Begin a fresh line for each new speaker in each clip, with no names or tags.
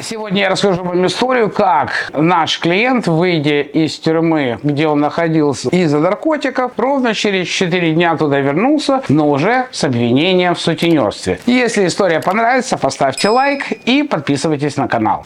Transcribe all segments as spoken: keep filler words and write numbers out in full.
Сегодня я расскажу вам историю, как наш клиент, выйдя из тюрьмы, где он находился из-за наркотиков, ровно через четыре дня туда вернулся, но уже с обвинением в сутенерстве. Если история понравится, поставьте лайк и подписывайтесь на канал.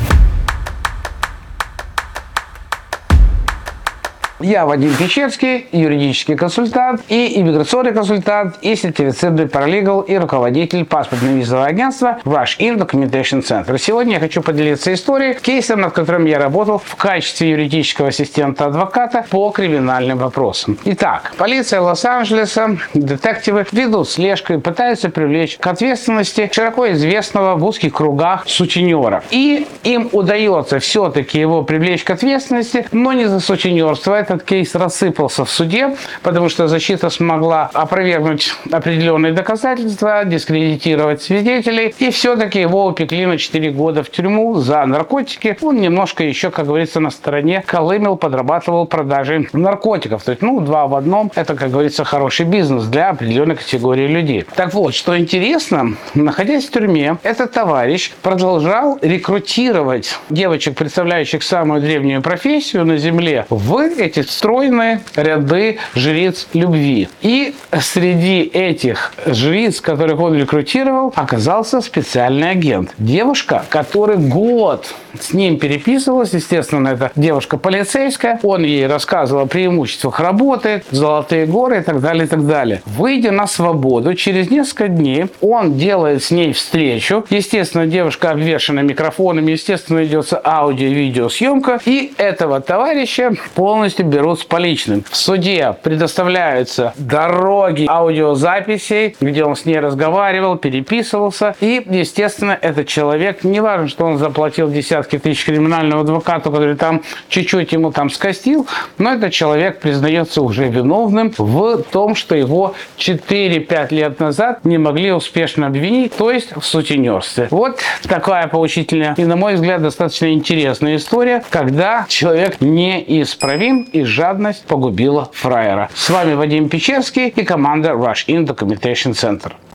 Я Вадим Печерский, юридический консультант и иммиграционный консультант, и сертифицированный паралегал и руководитель паспортно-визового агентства Rush In Documentation Center. Сегодня я хочу поделиться историей, кейсом, над которым я работал в качестве юридического ассистента-адвоката по криминальным вопросам. Итак, полиция Лос-Анджелеса, детективы ведут слежку и пытаются привлечь к ответственности широко известного в узких кругах сутенера. И им удается все-таки его привлечь к ответственности, но не за сутенерство. Этот кейс рассыпался в суде, потому что защита смогла опровергнуть определенные доказательства, дискредитировать свидетелей, и все-таки его упекли на четыре года в тюрьму за наркотики. Он немножко еще, как говорится, на стороне колымел, подрабатывал продажей наркотиков. То есть, ну, два в одном. Это, как говорится, хороший бизнес для определенной категории людей. Так вот, что интересно, находясь в тюрьме, этот товарищ продолжал рекрутировать девочек, представляющих самую древнюю профессию на земле, в эти стройные ряды жриц любви. И среди этих жриц, которых он рекрутировал, оказался специальный агент. Девушка, которая год с ним переписывалась, естественно, это девушка полицейская, он ей рассказывал о преимуществах работы, золотые горы и так далее, и так далее. Выйдя на свободу, через несколько дней он делает с ней встречу. Естественно, девушка обвешана микрофонами, естественно, идется аудио- и видеосъемка, и этого товарища полностью берут с поличным. В суде предоставляются дороги аудиозаписей, где он с ней разговаривал, переписывался. И, естественно, этот человек, не важно, что он заплатил десятки тысяч криминальному адвокату, который там чуть-чуть ему там скостил, но этот человек признается уже виновным в том, что его четыре-пять лет назад не могли успешно обвинить, то есть в сутенерстве. Вот такая поучительная и, на мой взгляд, достаточно интересная история, когда человек неисправим и жадность погубила фраера. С вами Вадим Печерский и команда Rush In Documentation Center.